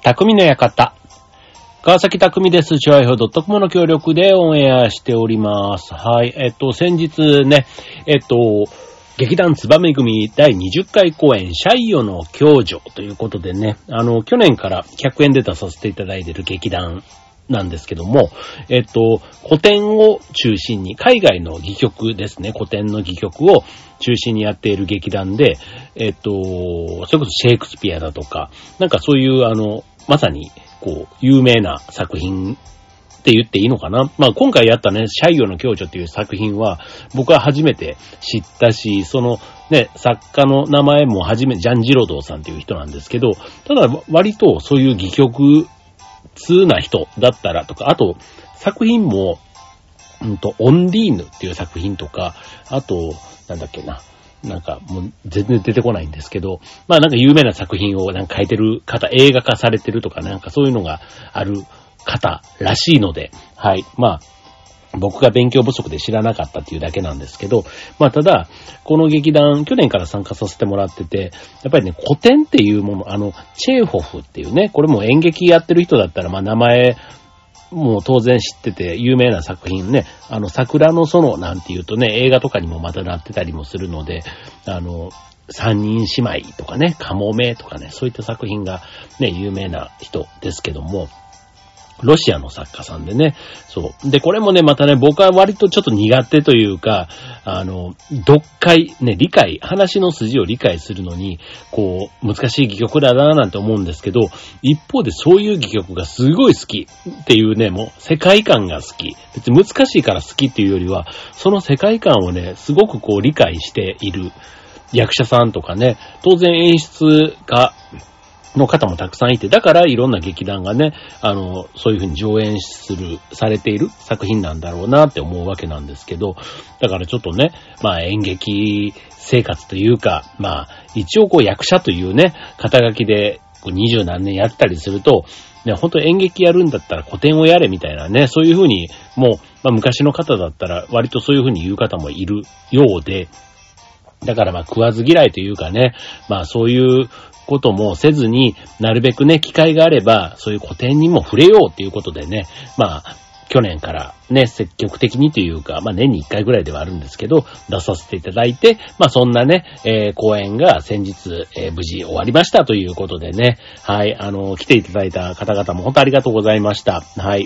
匠の館。川崎匠です。チュアイフ.comの協力でオンエアしております。はい。先日ね、劇団つばめ組第20回公演、シャイヨの共助ということでね、去年から100円で出させていただいている劇団なんですけども、古典を中心に、海外の戯曲ですね、古典の戯曲を中心にやっている劇団で、それこそシェイクスピアだとか、なんかそういうまさに、有名な作品って言っていいのかな。まあ今回やったね、シャイヨの共助っていう作品は、僕は初めて知ったし、そのね、作家の名前もジャン・ジロドーさんっていう人なんですけど、ただ割とそういう戯曲通な人だったらとか、あと作品も、オンディーヌっていう作品とか、あと、なんだっけな。なんかもう全然出てこないんですけど、まあなんか有名な作品をなんか書いてる方、映画化されてるとかなんかそういうのがある方らしいので、はい。まあ僕が勉強不足で知らなかったっていうだけなんですけど、まあただ、この劇団、去年から参加させてもらってて、やっぱりね、古典っていうもの、チェーホフっていうね、これも演劇やってる人だったら、まあ名前、もう当然知ってて有名な作品ね、桜の園なんていうとね、映画とかにもまたなってたりもするので、三人姉妹とかね、カモメとかね、そういった作品がね、有名な人ですけども、ロシアの作家さんでね、そう。で、これもね、またね、僕は割とちょっと苦手というか、読解、ね、話の筋を理解するのに、難しい戯曲だなぁなんて思うんですけど、一方でそういう戯曲がすごい好きっていうね、もう世界観が好き。別に難しいから好きっていうよりは、その世界観をね、すごく理解している役者さんとかね、当然演出家、の方もたくさんいて、だからいろんな劇団がね、そういう風に上演されている作品なんだろうなって思うわけなんですけど、だからちょっとね、まあ演劇生活というか、まあ一応役者というね、肩書きで20何年やったりすると、ね、本当演劇やるんだったら古典をやれみたいなね、そういう風にもう、まあ昔の方だったら割とそういう風に言う方もいるようで、だからまあ食わず嫌いというかね、まあそういうこともせずに、なるべくね、機会があれば、そういう古典にも触れようっていうことでね、まあ、去年からね、積極的にというか、まあ年に1回ぐらいではあるんですけど、出させていただいて、まあそんなね、公演が先日、無事終わりましたということでね、はい、来ていただいた方々も本当ありがとうございました。はい、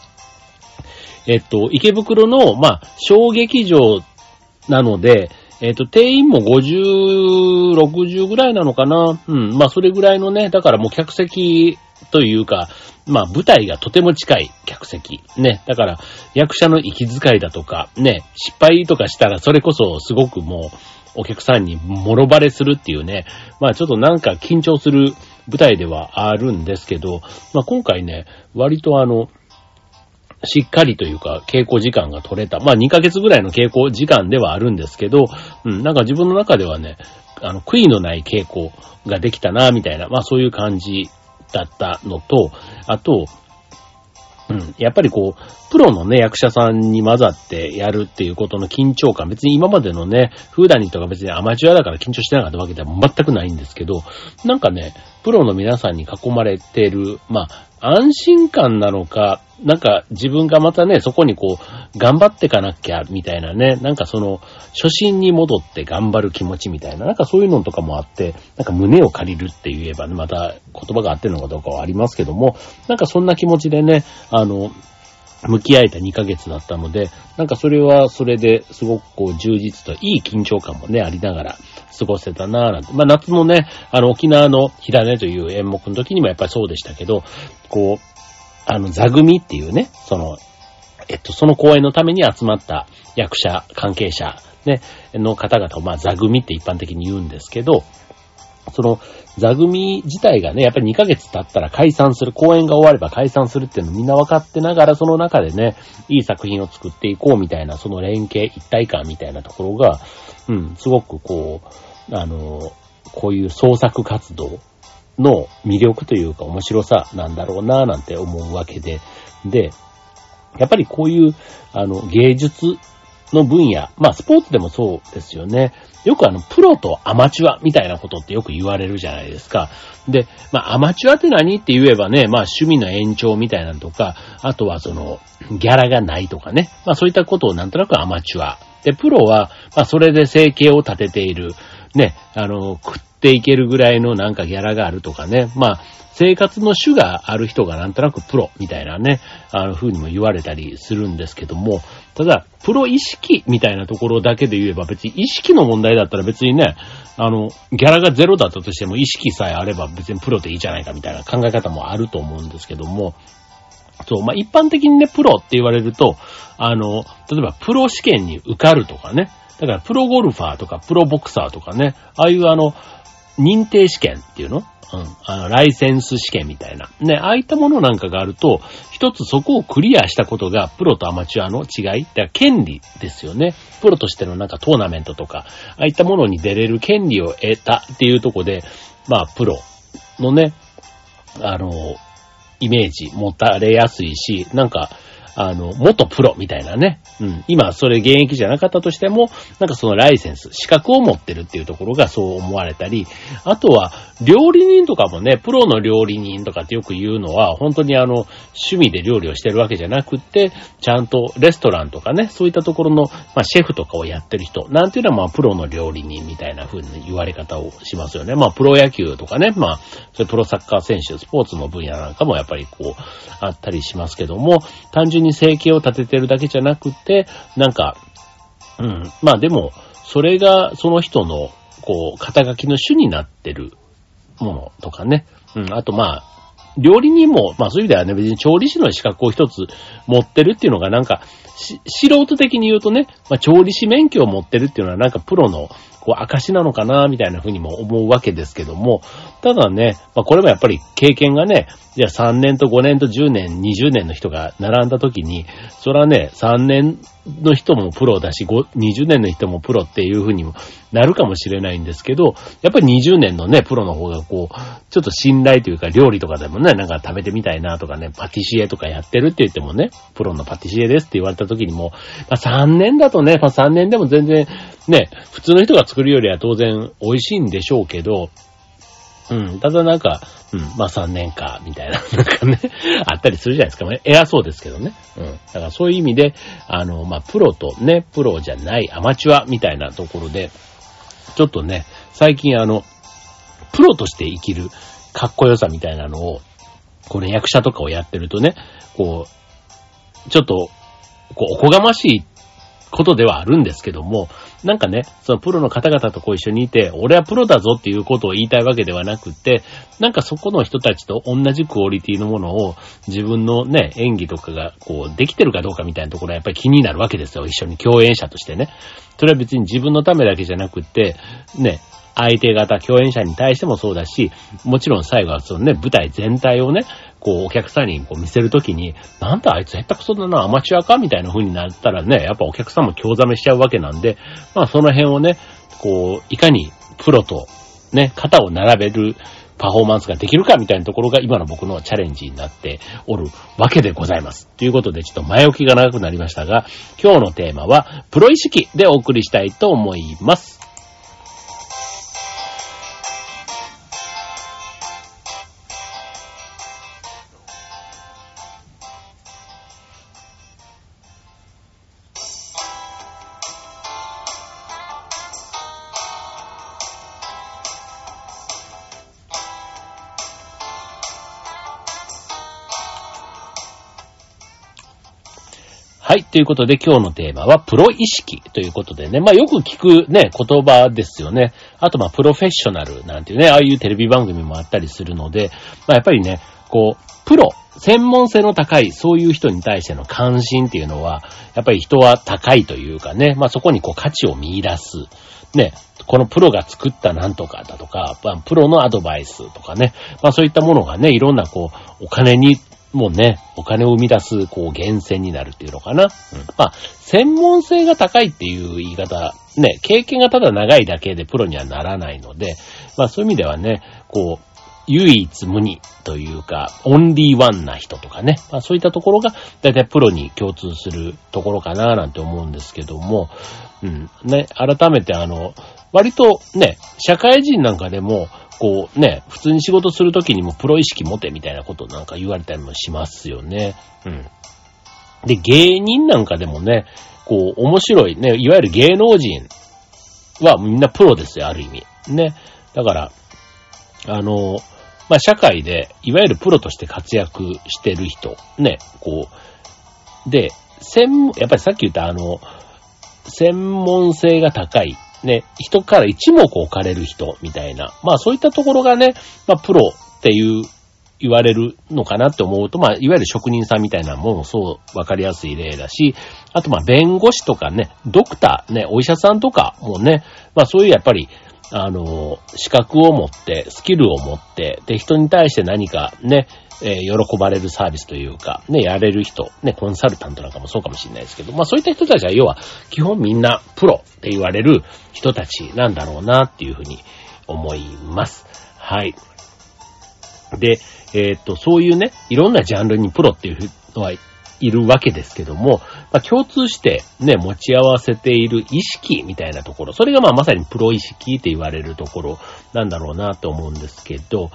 池袋の、まあ、小劇場なので、定員も50、60ぐらいなのかな。うん。まあ、それぐらいのね、だからもう客席というか、まあ、舞台がとても近い客席。ね。だから、役者の息遣いだとか、ね、失敗とかしたら、それこそすごくもう、お客さんにもろバレするっていうね。まあ、ちょっとなんか緊張する舞台ではあるんですけど、まあ、今回ね、割としっかりというか、稽古時間が取れた。まあ、2ヶ月ぐらいの稽古時間ではあるんですけど、なんか自分の中ではね、悔いのない稽古ができたな、みたいな、まあ、そういう感じだったのと、あと、やっぱりプロのね、役者さんに混ざってやるっていうことの緊張感、別に今までのね、フーダニットが別にアマチュアだから緊張してなかったわけでは全くないんですけど、なんかね、プロの皆さんに囲まれてる、まあ、安心感なのか、なんか自分がまたね、そこに頑張ってかなきゃ、みたいなね、なんか初心に戻って頑張る気持ちみたいな、なんかそういうのとかもあって、なんか胸を借りるって言えばね、また言葉が合ってるのかどうかはありますけども、なんかそんな気持ちでね、向き合えた2ヶ月だったので、なんかそれはそれですごく充実といい緊張感もね、ありながら過ごせたなぁなんて。まあ夏のね、沖縄の火種という演目の時にもやっぱりそうでしたけど、座組っていうね、その公演のために集まった役者、関係者、ね、の方々を、まあ座組って一般的に言うんですけど、その座組自体がね、やっぱり2ヶ月経ったら解散する、公演が終われば解散するっていうのをみんな分かってながら、その中でね、いい作品を作っていこうみたいな、その連携、一体感みたいなところが、すごくこういう創作活動の魅力というか面白さなんだろうなぁなんて思うわけで、で、やっぱりこういう、芸術の分野、まあスポーツでもそうですよね。よくプロとアマチュアみたいなことってよく言われるじゃないですか。で、まあアマチュアって何って言えばね、まあ趣味の延長みたいなのとか、あとはギャラがないとかね。まあそういったことをなんとなくアマチュア。で、プロは、まあそれで生計を立てている。ね、食っていけるぐらいのなんかギャラがあるとかね。まあ、生活の主がある人がなんとなくプロみたいなね、風にも言われたりするんですけども、ただ、プロ意識みたいなところだけで言えば別に意識の問題だったら別にね、ギャラがゼロだったとしても意識さえあれば別にプロでいいじゃないかみたいな考え方もあると思うんですけども、そう、まあ、一般的にね、プロって言われると、例えばプロ試験に受かるとかね、だからプロゴルファーとかプロボクサーとかね、ああいう認定試験っていうの？ライセンス試験みたいな。ね、ああいったものなんかがあると、一つそこをクリアしたことがプロとアマチュアの違い？だから権利ですよね。プロとしてのなんかトーナメントとか、ああいったものに出れる権利を得たっていうところで、まあ、プロのね、イメージ持たれやすいし、なんか、元プロみたいなね。うん。今、それ現役じゃなかったとしても、なんかそのライセンス、資格を持ってるっていうところがそう思われたり、あとは、料理人とかもね、プロの料理人とかってよく言うのは、本当に趣味で料理をしてるわけじゃなくって、ちゃんとレストランとかね、そういったところの、まあ、シェフとかをやってる人、なんていうのはまあ、プロの料理人みたいな風に言われ方をしますよね。まあ、プロ野球とかね、まあ、それプロサッカー選手、スポーツの分野なんかもやっぱりこう、あったりしますけども、単純に生計を立ててるだけじゃなくて、なんか、まあでも、それがその人の、こう、肩書きの主になってるものとかね。あとまあ、料理人も、まあそういう意味ではね、別に調理師の資格を一つ持ってるっていうのがなんか、素人的に言うとね、まあ調理師免許を持ってるっていうのはなんかプロの、こう、証なのかな、みたいな風にも思うわけですけども、ただね、まあこれもやっぱり経験がね、じゃあ3年と5年と10年、20年の人が並んだ時に、それはね、3年の人もプロだし、20年の人もプロっていう風にもなるかもしれないんですけど、やっぱり20年のね、プロの方がこう、ちょっと信頼というか料理とかでもね、なんか食べてみたいなとかね、パティシエとかやってるって言ってもね、プロのパティシエですって言われた時にも、まあ3年だとね、まあ3年でも全然ね、普通の人が作るよりは当然美味しいんでしょうけど、ただなんか、まあ3年か、みたいな、なんかね、あったりするじゃないですか。偉そうですけどね。だからそういう意味で、まあプロとね、プロじゃないアマチュアみたいなところで、ちょっとね、最近プロとして生きるかっこよさみたいなのを、これ役者とかをやってるとね、こう、ちょっと、こう、おこがましいことではあるんですけども、なんかね、そのプロの方々とこう一緒にいて、俺はプロだぞっていうことを言いたいわけではなくって、なんかそこの人たちと同じクオリティのものを自分のね、演技とかがこうできてるかどうかみたいなところはやっぱり気になるわけですよ。一緒に共演者としてね。それは別に自分のためだけじゃなくって、ね、相手方、共演者に対してもそうだし、もちろん最後はそのね、舞台全体をね、こうお客さんにこう見せるときに、なんだあいつ下手くそだな、アマチュアかみたいな風になったらね、やっぱお客さんも興ざめしちゃうわけなんで、まあその辺をね、こう、いかにプロとね、肩を並べるパフォーマンスができるかみたいなところが今の僕のチャレンジになっておるわけでございます。ということでちょっと前置きが長くなりましたが、今日のテーマはプロ意識でお送りしたいと思います。はい。ということで今日のテーマはプロ意識ということでね。まあよく聞くね、言葉ですよね。あとまあプロフェッショナルなんていうね、ああいうテレビ番組もあったりするので、まあやっぱりね、こう、プロ、専門性の高いそういう人に対しての関心っていうのは、やっぱり人は高いというかね、まあそこにこう価値を見出す。ね、このプロが作ったなんとかだとか、プロのアドバイスとかね、まあそういったものがね、いろんなこう、お金に、もうね、お金を生み出す、こう、源泉になるっていうのかな。まあ、専門性が高いっていう言い方、ね、経験がただ長いだけでプロにはならないので、まあそういう意味ではね、こう、 唯一無二というか、オンリーワンな人とかね。まあそういったところが、だいたいプロに共通するところかななんて思うんですけども、ね、改めて割とね、社会人なんかでも、こうね、普通に仕事するときにもプロ意識持てみたいなことなんか言われたりもしますよね。で、芸人なんかでもね、こう、面白いね、いわゆる芸能人はみんなプロですよ、ある意味。ね。だから、まあ、社会で、いわゆるプロとして活躍してる人、ね、こう、で、やっぱりさっき言った専門性が高い、ね、人から一目置かれる人みたいな、まあそういったところがね、まあプロって言われるのかなって思うと、まあいわゆる職人さんみたいなものもそうわかりやすい例だし、あとまあ弁護士とかね、ドクターね、お医者さんとかもね、まあそういうやっぱり、資格を持って、スキルを持って、で、人に対して何かね、喜ばれるサービスというか、ね、やれる人、ね、コンサルタントなんかもそうかもしれないですけど、まあそういった人たちは要は、基本みんなプロって言われる人たちなんだろうなっていうふうに思います。はい。で、そういうね、いろんなジャンルにプロっていうのはいるわけですけども、まあ、共通してね、持ち合わせている意識みたいなところ、それがまあまさにプロ意識って言われるところなんだろうなと思うんですけど、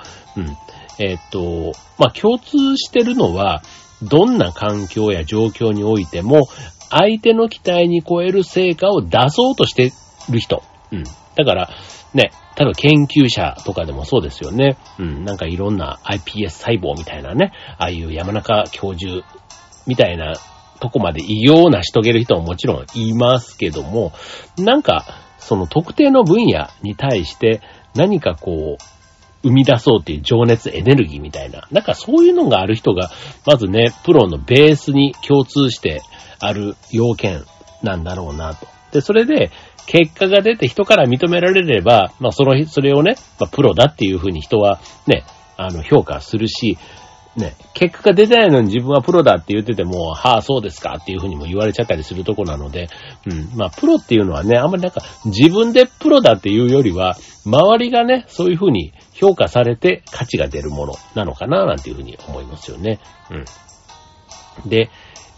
まあ、共通してるのは、どんな環境や状況においても、相手の期待に超える成果を出そうとしてる人。だから、ね、例えば研究者とかでもそうですよね。なんかいろんな iPS 細胞みたいなね、ああいう山中教授みたいなとこまで偉業を成し遂げる人ももちろんいますけども、なんかその特定の分野に対して何かこう生み出そうっていう情熱、エネルギーみたいな、なんかそういうのがある人がまずね、プロのベースに共通してある要件なんだろうなと。で、それで結果が出て人から認められれば、まあそれをね、まあプロだっていうふうに人はね、評価するし、ね、結果が出てないのに自分はプロだって言ってても、はあ、そうですかっていうふうにも言われちゃったりするとこなので、まあ、プロっていうのはね、あんまりなんか自分でプロだっていうよりは、周りがね、そういうふうに評価されて価値が出るものなのかな、なんていうふうに思いますよね。で、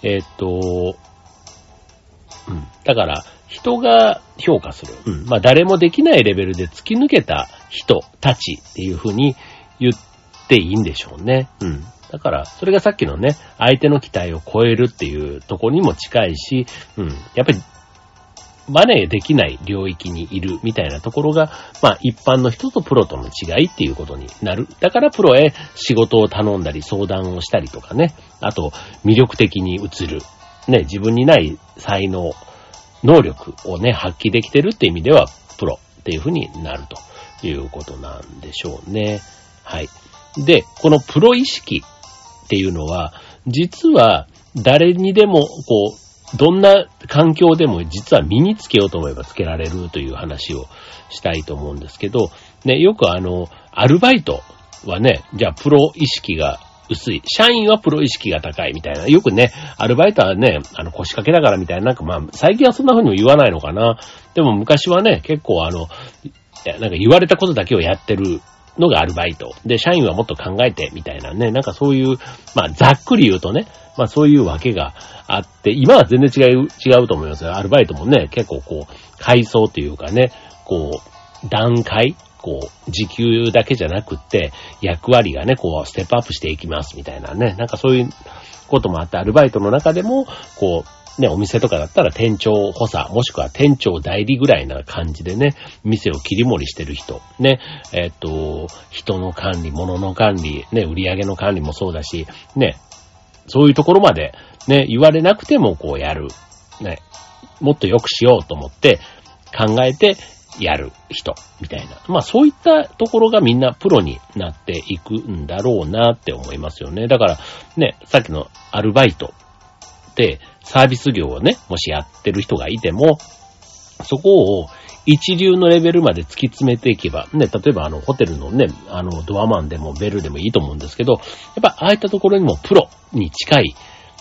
だから、人が評価する。まあ、誰もできないレベルで突き抜けた人たちっていうふうに言っていいんでしょうね。だから、それがさっきのね、相手の期待を超えるっていうところにも近いし、やっぱり、マネーできない領域にいるみたいなところが、まあ一般の人とプロとの違いっていうことになる。だからプロへ仕事を頼んだり相談をしたりとかね、あと魅力的に映る。ね、自分にない才能、能力をね、発揮できてるっていう意味では、プロっていうふうになるということなんでしょうね。はい。で、このプロ意識っていうのは、実は誰にでも、こう、どんな環境でも実は身につけようと思えばつけられるという話をしたいと思うんですけど、ね、よくアルバイトはね、じゃあプロ意識が薄い。社員はプロ意識が高いみたいな。よくね、アルバイトはね、腰掛けだからみたいな、なんかまあ、最近はそんな風にも言わないのかな。でも昔はね、結構なんか言われたことだけをやってるのがアルバイト。で、社員はもっと考えてみたいなね、なんかそういう、まあ、ざっくり言うとね、まあそういうわけがあって、今は全然違うと思いますよ。アルバイトもね、結構こう、階層というかね、こう、段階、こう、時給だけじゃなくって、役割がね、こう、ステップアップしていきますみたいなね、なんかそういうこともあって、アルバイトの中でも、こう、ね、お店とかだったら店長補佐、もしくは店長代理ぐらいな感じでね、店を切り盛りしてる人、ね、人の管理、物の管理、ね、売上の管理もそうだし、ね、そういうところまでね、言われなくてもこうやる。ね。もっと良くしようと思って考えてやる人みたいな。まあそういったところがみんなプロになっていくんだろうなって思いますよね。だからね、さっきのアルバイトでサービス業をね、もしやってる人がいても、そこを一流のレベルまで突き詰めていけば、ね、例えばホテルのね、ドアマンでもベルでもいいと思うんですけど、やっぱああいったところにもプロに近い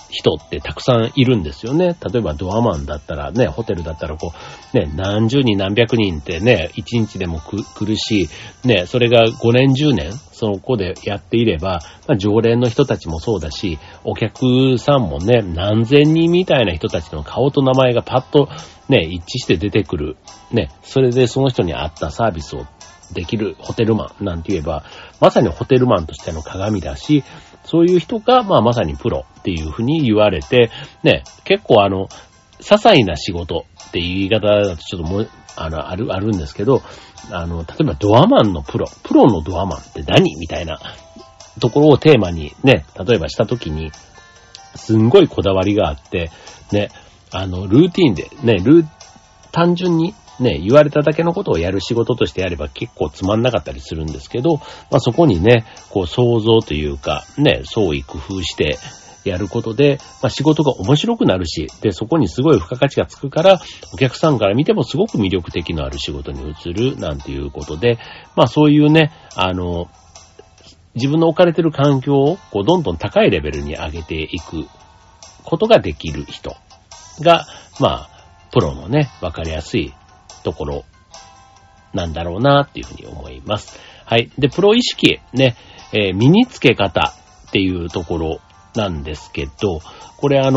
人ってたくさんいるんですよね。例えばドアマンだったらね、ホテルだったらね、何十人何百人ってね、1日でも来るし、ね、それが5年10年、そこでやっていれば、常連の人たちもそうだし、お客さんもね、何千人みたいな人たちの顔と名前がパッとね、一致して出てくる。ね、それでその人に合ったサービスをできるホテルマンなんて言えば、まさにホテルマンとしての鏡だし、そういう人が、まさにプロっていうふうに言われて、ね、結構些細な仕事っていう言い方だとちょっとあるんですけど、例えばドアマンのプロのドアマンって何みたいなところをテーマにね、例えばしたときに、すんごいこだわりがあって、ね、ルーティーンで、ね、単純に、ね、言われただけのことをやる仕事としてやれば結構つまんなかったりするんですけど、そこにね、想像というか、ね、創意工夫してやることで、仕事が面白くなるし、で、そこにすごい付加価値がつくから、お客さんから見てもすごく魅力的のある仕事に移る、なんていうことで、そういうね、自分の置かれている環境をどんどん高いレベルに上げていくことができる人が、プロのね、わかりやすいところなんだろうなっていうふうに思います。はい。で、プロ意識ね、身につけ方っていうところなんですけど、これ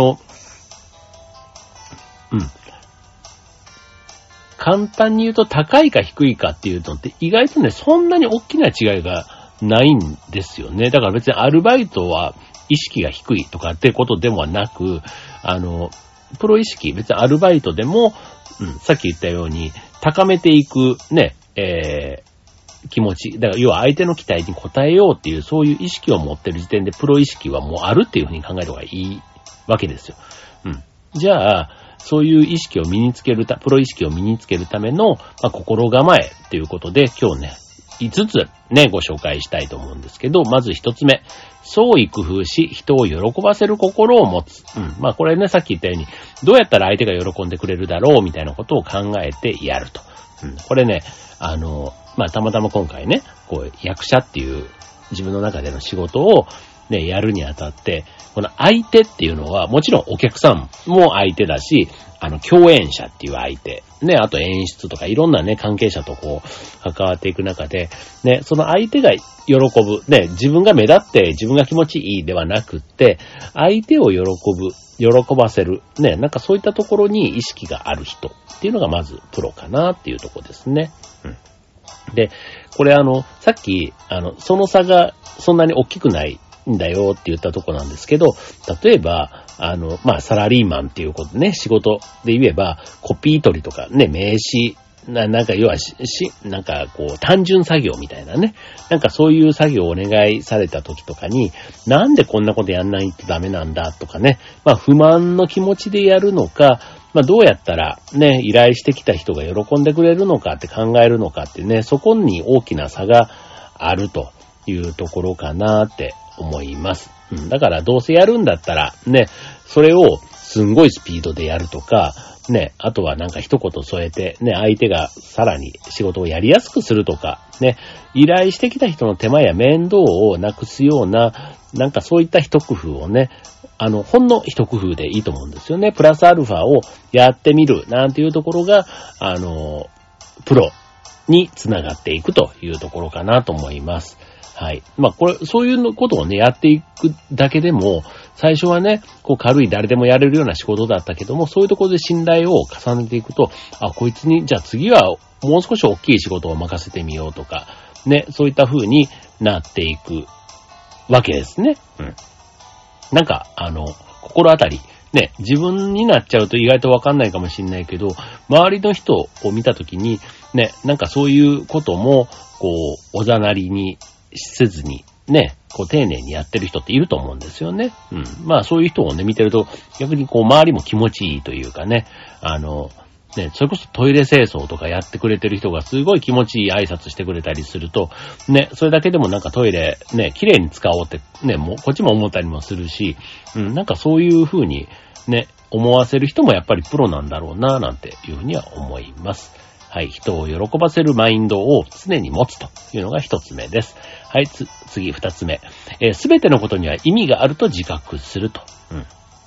簡単に言うと高いか低いかっていうのって意外とね、そんなに大きな違いがないんですよね。だから別にアルバイトは意識が低いとかってことでもなく、プロ意識、別にアルバイトでも、さっき言ったように、高めていくね、気持ち。だから要は相手の期待に応えようっていう、そういう意識を持ってる時点でプロ意識はもうあるっていうふうに考えた方がいいわけですよ。じゃあ、そういう意識を身につけるプロ意識を身につけるための、心構えっていうことで、今日ね、5つね、ご紹介したいと思うんですけど、まず1つ目。創意工夫し、人を喜ばせる心を持つ。これね、さっき言ったように、どうやったら相手が喜んでくれるだろうみたいなことを考えてやると。これね、たまたま今回ね、役者っていう自分の中での仕事をね、やるにあたって、この相手っていうのは、もちろんお客さんも相手だし、共演者っていう相手。ね、あと演出とかいろんなね、関係者と関わっていく中で、ね、その相手が喜ぶ。ね、自分が目立って自分が気持ちいいではなくって、相手を喜ばせる。ね、なんかそういったところに意識がある人っていうのがまずプロかなっていうところですね。で、これさっき、その差がそんなに大きくないんだよって言ったとこなんですけど、例えば、サラリーマンっていうことね、仕事で言えば、コピー取りとかね、名刺、なんか要はなんか単純作業みたいなね、なんかそういう作業をお願いされた時とかに、なんでこんなことやんないとダメなんだとかね、不満の気持ちでやるのか、どうやったらね、依頼してきた人が喜んでくれるのかって考えるのかってね、そこに大きな差があるというところかなって思います。だからどうせやるんだったらね、それをすんごいスピードでやるとか、ね、あとはなんか一言添えて、ね、相手がさらに仕事をやりやすくするとか、ね、依頼してきた人の手間や面倒をなくすような、なんかそういった一工夫をね、ほんの一工夫でいいと思うんですよね。プラスアルファをやってみるなんていうところが、プロにつながっていくというところかなと思います。はい。これ、そういうことをね、やっていくだけでも、最初はね、軽い誰でもやれるような仕事だったけども、そういうところで信頼を重ねていくと、こいつに、じゃあ次はもう少し大きい仕事を任せてみようとか、ね、そういった風になっていくわけですね。なんか、心当たり、ね、自分になっちゃうと意外とわかんないかもしれないけど、周りの人を見たときに、ね、なんかそういうことも、おざなりにせずに、ね、丁寧にやってる人っていると思うんですよね。そういう人をね、見てると、逆に周りも気持ちいいというかね、ね、それこそトイレ清掃とかやってくれてる人がすごい気持ちいい挨拶してくれたりすると、ね、それだけでもなんかトイレね、綺麗に使おうってね、もうこっちも思ったりもするし、なんかそういう風にね、思わせる人もやっぱりプロなんだろうな、なんていうふうには思います。はい、人を喜ばせるマインドを常に持つというのが一つ目です。はい、次二つ目。すべてのことには意味があると自覚すると。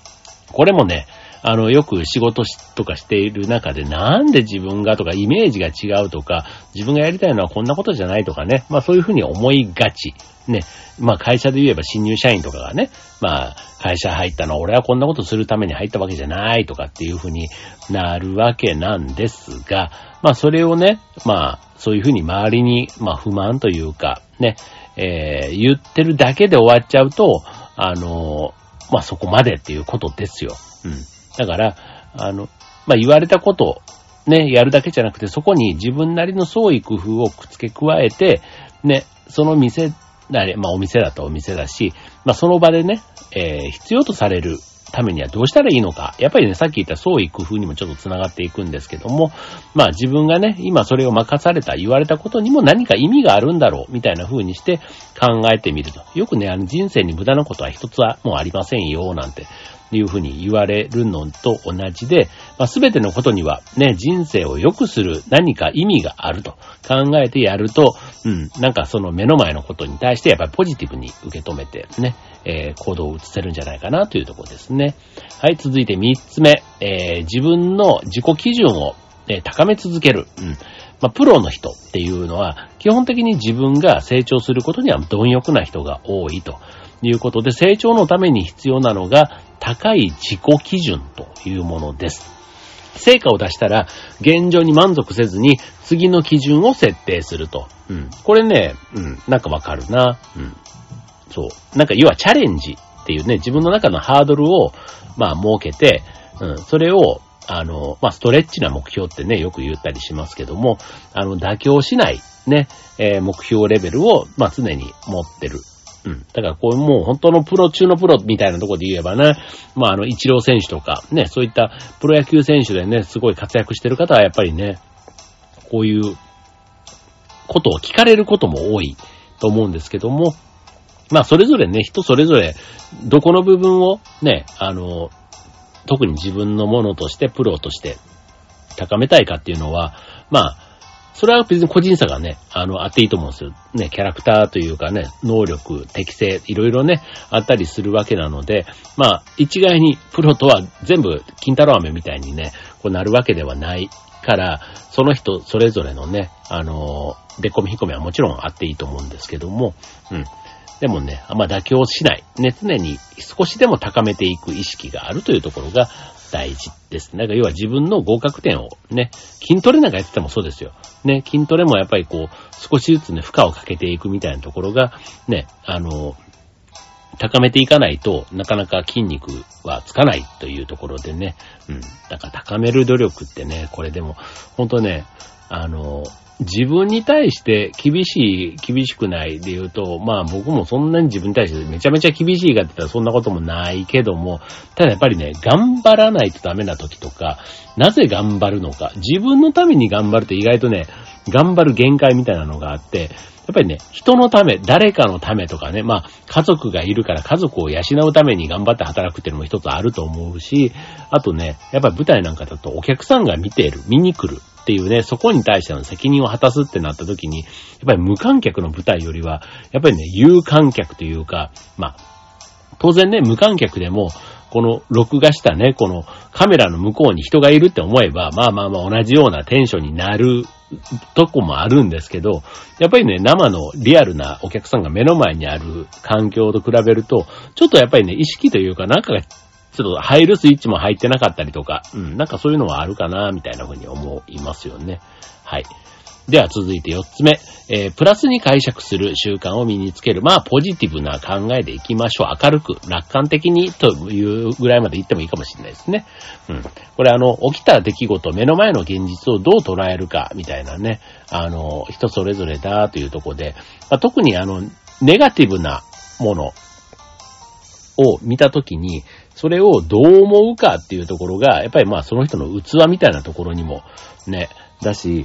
これもね、よく仕事とかしている中で、なんで自分がとか、イメージが違うとか、自分がやりたいのはこんなことじゃないとかね、まあそういうふうに思いがち。ね。まあ会社で言えば新入社員とかがね、まあ会社入ったのは俺はこんなことするために入ったわけじゃないとかっていうふうになるわけなんですが、まあそれをね、まあそういうふうに周りに、まあ不満というか、ね、言ってるだけで終わっちゃうと、まあそこまでっていうことですよ。うん。だから、まあ、言われたこと、ね、やるだけじゃなくて、そこに自分なりの創意工夫を付け加えて、ね、その店まあ、お店だとお店だし、まあ、その場でね、必要とされるためにはどうしたらいいのか。やっぱりね、さっき言った創意工夫にもちょっと繋がっていくんですけども、まあ、自分がね、今それを任された、言われたことにも何か意味があるんだろう、みたいな風にして考えてみると。よくね、人生に無駄なことは一つはもうありませんよ、なんて。いうふうに言われるのと同じで、まあ、全てのことにはね、人生を良くする何か意味があると考えてやると、なんかその目の前のことに対してやっぱりポジティブに受け止めてね、行動を移せるんじゃないかなというところですね。はい、続いて3つ目、自分の自己基準を、高め続ける。まあ、プロの人っていうのは基本的に自分が成長することには貪欲な人が多いということで、成長のために必要なのが高い自己基準というものです。成果を出したら現状に満足せずに次の基準を設定すると。これね、なんかわかるな。そう。なんか要はチャレンジっていうね、自分の中のハードルをまあ設けて、それをまあストレッチな目標ってね、よく言ったりしますけども、妥協しないね、目標レベルをまあ常に持ってる。だからこうもう本当のプロ中のプロみたいなところで言えばね、まあイチロー選手とかね、そういったプロ野球選手でね、すごい活躍してる方はやっぱりね、こういうことを聞かれることも多いと思うんですけども、まあそれぞれね、人それぞれどこの部分をね、特に自分のものとしてプロとして高めたいかっていうのは、まあそれは別に個人差がね、あっていいと思うんですよ。ね、キャラクターというかね、能力、適性、いろいろね、あったりするわけなので、まあ、一概にプロとは全部、金太郎飴みたいにね、こうなるわけではないから、その人それぞれのね、でこみひこみはもちろんあっていいと思うんですけども、でもね、あんま妥協しない。ね、常に少しでも高めていく意識があるというところが大事です。なんか要は自分の合格点をね、筋トレなんかやっててもそうですよ。ね、筋トレもやっぱりこう、少しずつね、負荷をかけていくみたいなところが、ね、高めていかないとなかなか筋肉はつかないというところでね、だから高める努力ってね、これでも、ほんとね、自分に対して厳しくないで言うと、まあ僕もそんなに自分に対してめちゃめちゃ厳しいかって言ったらそんなこともないけども、ただやっぱりね、頑張らないとダメな時とか、なぜ頑張るのか、自分のために頑張るって意外とね、頑張る限界みたいなのがあって、やっぱりね、人のため、誰かのためとかね、まあ家族がいるから家族を養うために頑張って働くっていうのも一つあると思うし、あとね、やっぱり舞台なんかだとお客さんが見に来る。っていうね、そこに対しての責任を果たすってなった時に、やっぱり無観客の舞台よりは、やっぱりね、有観客というか、まあ、当然ね、無観客でも、この録画したね、このカメラの向こうに人がいるって思えば、まあ同じようなテンションになるとこもあるんですけど、やっぱりね、生のリアルなお客さんが目の前にある環境と比べると、ちょっとやっぱりね、意識というかなんかがちょっと入るスイッチも入ってなかったりとか、なんかそういうのはあるかな、みたいな風に思いますよね。はい。では続いて4つ目。プラスに解釈する習慣を身につける。まあ、ポジティブな考えでいきましょう。明るく、楽観的にというぐらいまで言ってもいいかもしれないですね。これ起きた出来事、目の前の現実をどう捉えるか、みたいなね。人それぞれだというところで、まあ、特にネガティブなものを見たときに、それをどう思うかっていうところが、やっぱりまあその人の器みたいなところにもね、だし、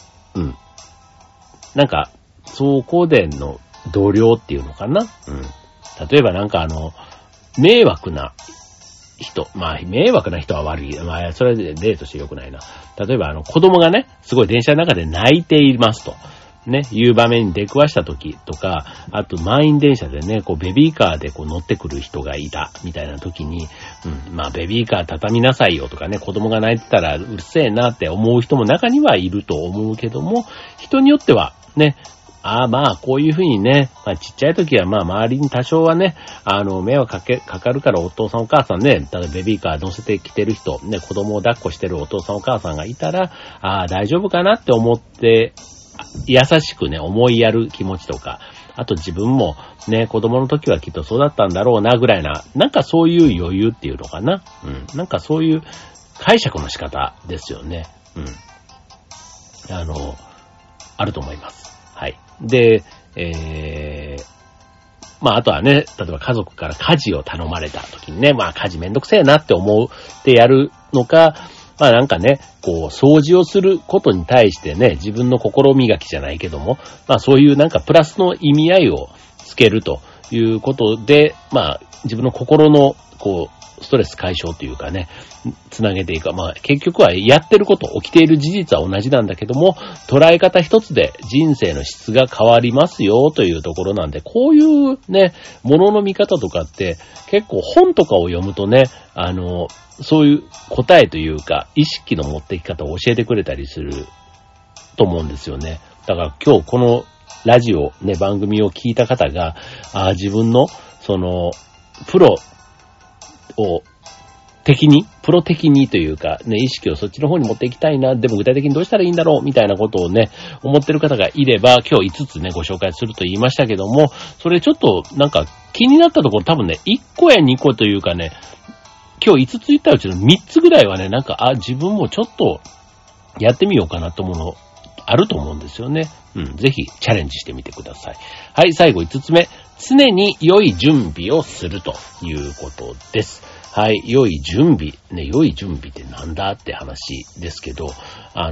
なんか、そこでの度量っていうのかな。例えばなんか迷惑な人。まあ、迷惑な人は悪い。まあ、それで例として良くないな。例えば子供がね、すごい電車の中で泣いていますと。 ね、いう場面に出くわした時とか、あと満員電車でね、こうベビーカーでこう乗ってくる人がいたみたいな時に、まあベビーカー畳みなさいよとかね、子供が泣いてたらうるせえなって思う人も中にはいると思うけども、人によってはね、まあ、こういうふうにね、まあ、ちっちゃい時は、まあ、周りに多少はね、迷惑かかるからお父さんお母さんね、ただベビーカー乗せてきてる人、ね、子供を抱っこしてるお父さんお母さんがいたら、大丈夫かなって思って、優しくね、思いやる気持ちとか、あと自分もね、子供の時はきっとそうだったんだろうな、ぐらいな、なんかそういう余裕っていうのかな。なんかそういう解釈の仕方ですよね。あると思います。はい。で、まあ、あとはね、例えば家族から家事を頼まれた時にね、まあ、家事めんどくせえなって思ってやるのか、まあなんかね、こう、掃除をすることに対してね、自分の心磨きじゃないけども、まあそういうなんかプラスの意味合いをつけるということで、まあ自分の心の、こう、ストレス解消というかね、つなげていく。まあ結局はやってること、起きている事実は同じなんだけども、捉え方一つで人生の質が変わりますよというところなんで、こういうね、ものの見方とかって結構本とかを読むとね、そういう答えというか、意識の持っていき方を教えてくれたりすると思うんですよね。だから今日このラジオね、番組を聞いた方が、自分のそのプロをプロ的にというか、ね、意識をそっちの方に持っていきたいな、でも具体的にどうしたらいいんだろう、みたいなことをね、思ってる方がいれば、今日5つね、ご紹介すると言いましたけども、それちょっとなんか気になったところ多分ね、1個や2個というかね、今日5つ言ったうちの3つぐらいはね、なんか、自分もちょっとやってみようかなと思うのあると思うんですよね。ぜひチャレンジしてみてください。はい、最後5つ目。常に良い準備をするということです。はい、良い準備。ね、良い準備ってなんだって話ですけど、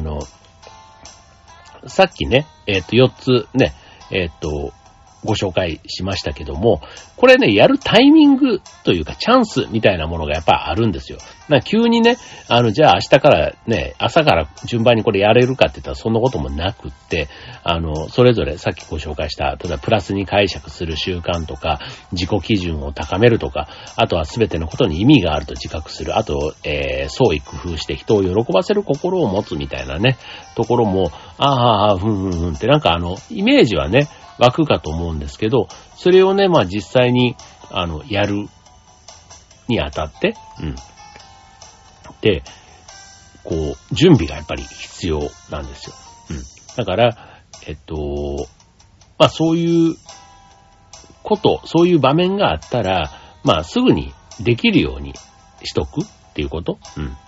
さっきね、4つね、ご紹介しましたけども、これね、やるタイミングというかチャンスみたいなものがやっぱりあるんですよ。急にね、じゃあ明日からね、朝から順番にこれやれるかって言ったらそんなこともなくって、それぞれさっきご紹介した、例えばプラスに解釈する習慣とか、自己基準を高めるとか、あとは全てのことに意味があると自覚する、あと、創意工夫して人を喜ばせる心を持つみたいなね、ところも、ってなんかイメージはね、湧くかと思うんですけど、それをね、まあ実際に、やるにあたって、で、こう、準備がやっぱり必要なんですよ。だから、まあそういうこと、そういう場面があったら、まあすぐにできるようにしとくっていうこと。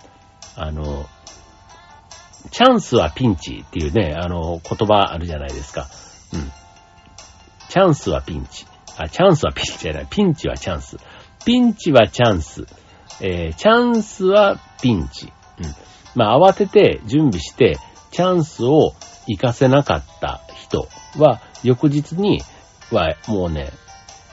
チャンスはピンチっていうね、言葉あるじゃないですか。チャンスはピンチ。チャンスはピンチじゃない。ピンチはチャンス。ピンチはチャンス。チャンスはピンチ。まあ、慌てて準備して、チャンスを活かせなかった人は、翌日には、もうね、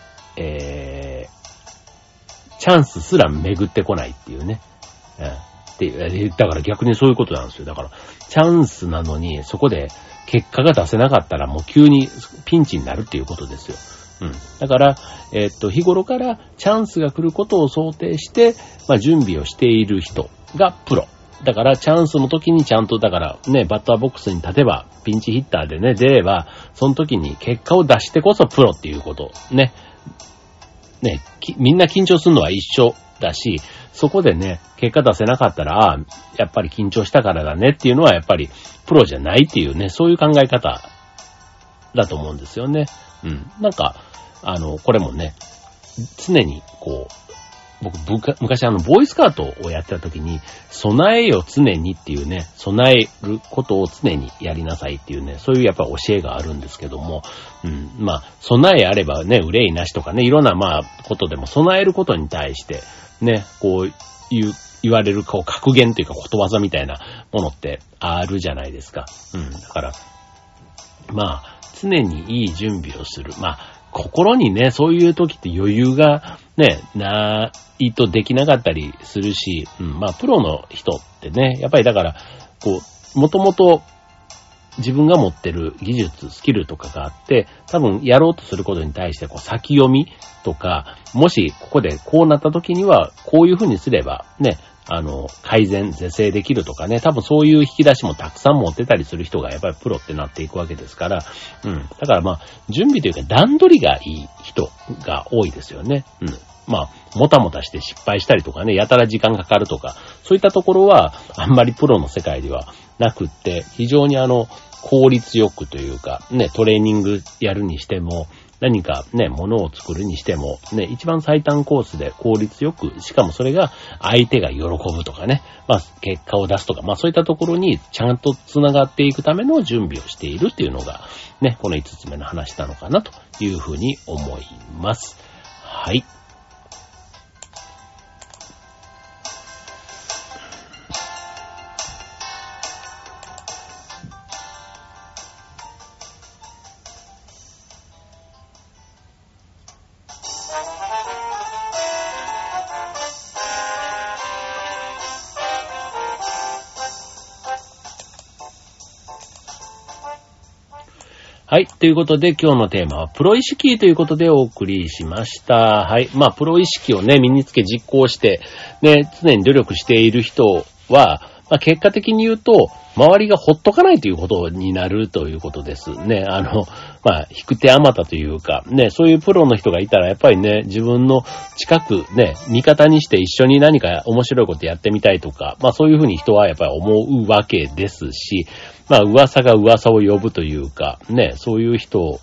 チャンスすら巡ってこないっていうね。だから逆にそういうことなんですよ。だから、チャンスなのに、そこで結果が出せなかったらもう急にピンチになるっていうことですよ。だから、日頃からチャンスが来ることを想定して、まあ、準備をしている人がプロ。だから、チャンスの時にちゃんと、だからね、バッターボックスに立てば、ピンチヒッターでね、出れば、その時に結果を出してこそプロっていうこと。ね。みんな緊張するのは一緒だし、そこでね、結果出せなかったら、やっぱり緊張したからだねっていうのはやっぱりプロじゃないっていうね、そういう考え方だと思うんですよね。なんか、これもね、常にこう、僕、昔ボーイスカートをやってた時に、備えよ常にっていうね、備えることを常にやりなさいっていうね、そういうやっぱ教えがあるんですけども、まあ、備えあればね、憂いなしとかね、いろんなまあ、ことでも備えることに対して、ね、こう言われる、こう、格言というかことわざみたいなものってあるじゃないですか。だから、まあ、常にいい準備をする。まあ、心にね、そういう時って余裕がね、ないとできなかったりするし、まあ、プロの人ってね、やっぱりだから、こう、もともと自分が持ってる技術、スキルとかがあって、多分やろうとすることに対して先読みとか、もしここでこうなった時には、こういうふうにすればね、改善、是正できるとかね、多分そういう引き出しもたくさん持ってたりする人がやっぱりプロってなっていくわけですから、だから準備というか段取りがいい人が多いですよね。もたもたして失敗したりとかね、やたら時間かかるとか、そういったところはあんまりプロの世界ではなくって、非常に効率よくというか、ね、トレーニングやるにしても、何かね、物を作るにしても、ね、一番最短コースで効率よく、しかもそれが相手が喜ぶとかね、結果を出すとか、そういったところにちゃんと繋がっていくための準備をしているっていうのが、ね、この5つ目の話なのかなというふうに思います。はい。はい。ということで今日のテーマはプロ意識ということでお送りしました。はい。プロ意識をね、身につけ実行して、ね、常に努力している人は、結果的に言うと、周りがほっとかないということになるということですね。引く手あまたというか、ね、そういうプロの人がいたらやっぱりね、自分の近くね、味方にして一緒に何か面白いことやってみたいとか、そういうふうに人はやっぱり思うわけですし、噂が噂を呼ぶというか、ね、そういう人を、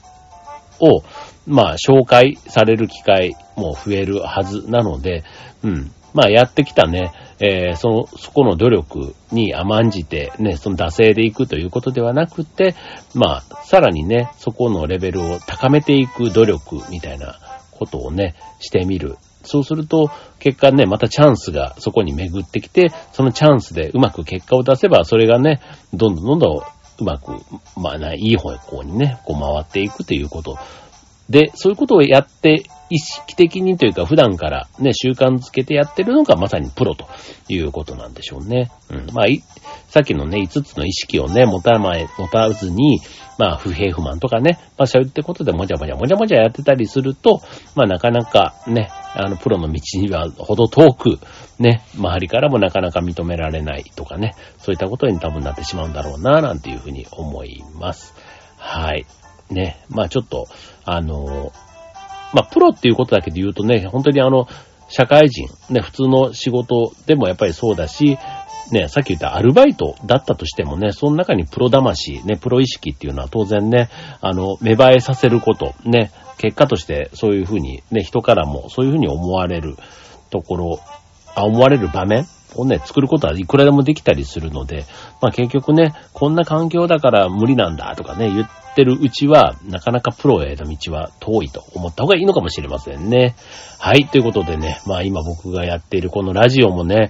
紹介される機会も増えるはずなので、やってきたね、そこの努力に甘んじてね、その惰性でいくということではなくて、さらにね、そこのレベルを高めていく努力みたいなことをね、してみる。そうすると、結果ね、またチャンスがそこに巡ってきて、そのチャンスでうまく結果を出せば、それがね、どんどんうまく、いい方向にね、回っていくということで、そういうことをやって意識的にというか普段からね、習慣づけてやってるのがまさにプロということなんでしょうね。さっきのね、5つの意識をね、持たずに、不平不満とかね、そういったことでもじゃもじゃやってたりすると、なかなかね、プロの道にはほど遠く、ね、周りからもなかなか認められないとかね、そういったことに多分なってしまうんだろうな、なんていうふうに思います。はい。ね、ちょっと、プロっていうことだけで言うとね、本当に社会人、ね、普通の仕事でもやっぱりそうだし、ね、さっき言ったアルバイトだったとしてもね、その中にプロ魂、ね、プロ意識っていうのは当然ね、芽生えさせること、ね、結果としてそういうふうにね、人からもそういうふうに思われるところ、思われる場面をね、作ることはいくらでもできたりするので、結局ね、こんな環境だから無理なんだとかね、言ってるうちは、なかなかプロへの道は遠いと思った方がいいのかもしれませんね。はい、ということでね、今僕がやっているこのラジオもね、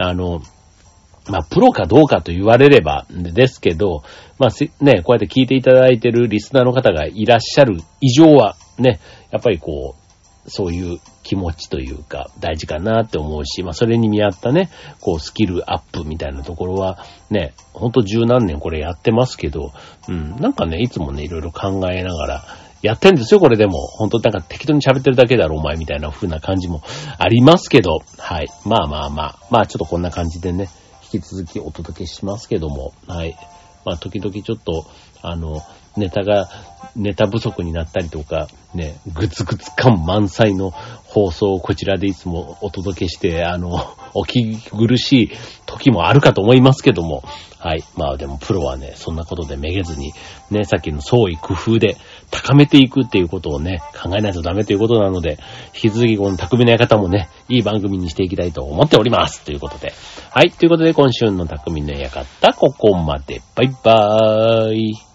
プロかどうかと言われればですけど、ね、こうやって聞いていただいているリスナーの方がいらっしゃる以上は、ね、やっぱりそういう気持ちというか大事かなって思うし、それに見合ったね、スキルアップみたいなところはね、ほんと十何年これやってますけど、なんかね、いつもね、いろいろ考えながらやってんですよ、これでも。ほんとなんか適当に喋ってるだけだろ、お前みたいな風な感じもありますけど、はい。ちょっとこんな感じでね、引き続きお届けしますけども、はい。時々ちょっと、ネタ不足になったりとか、ね、グツグツ感満載の放送をこちらでいつもお届けして、お聞き苦しい時もあるかと思いますけども、はい。でもプロはね、そんなことでめげずに、ね、さっきの創意工夫で高めていくっていうことをね、考えないとダメということなので、引き続きこの匠の館もね、いい番組にしていきたいと思っております。ということで。はい。ということで今週の匠の館、ここまで。バイバーイ。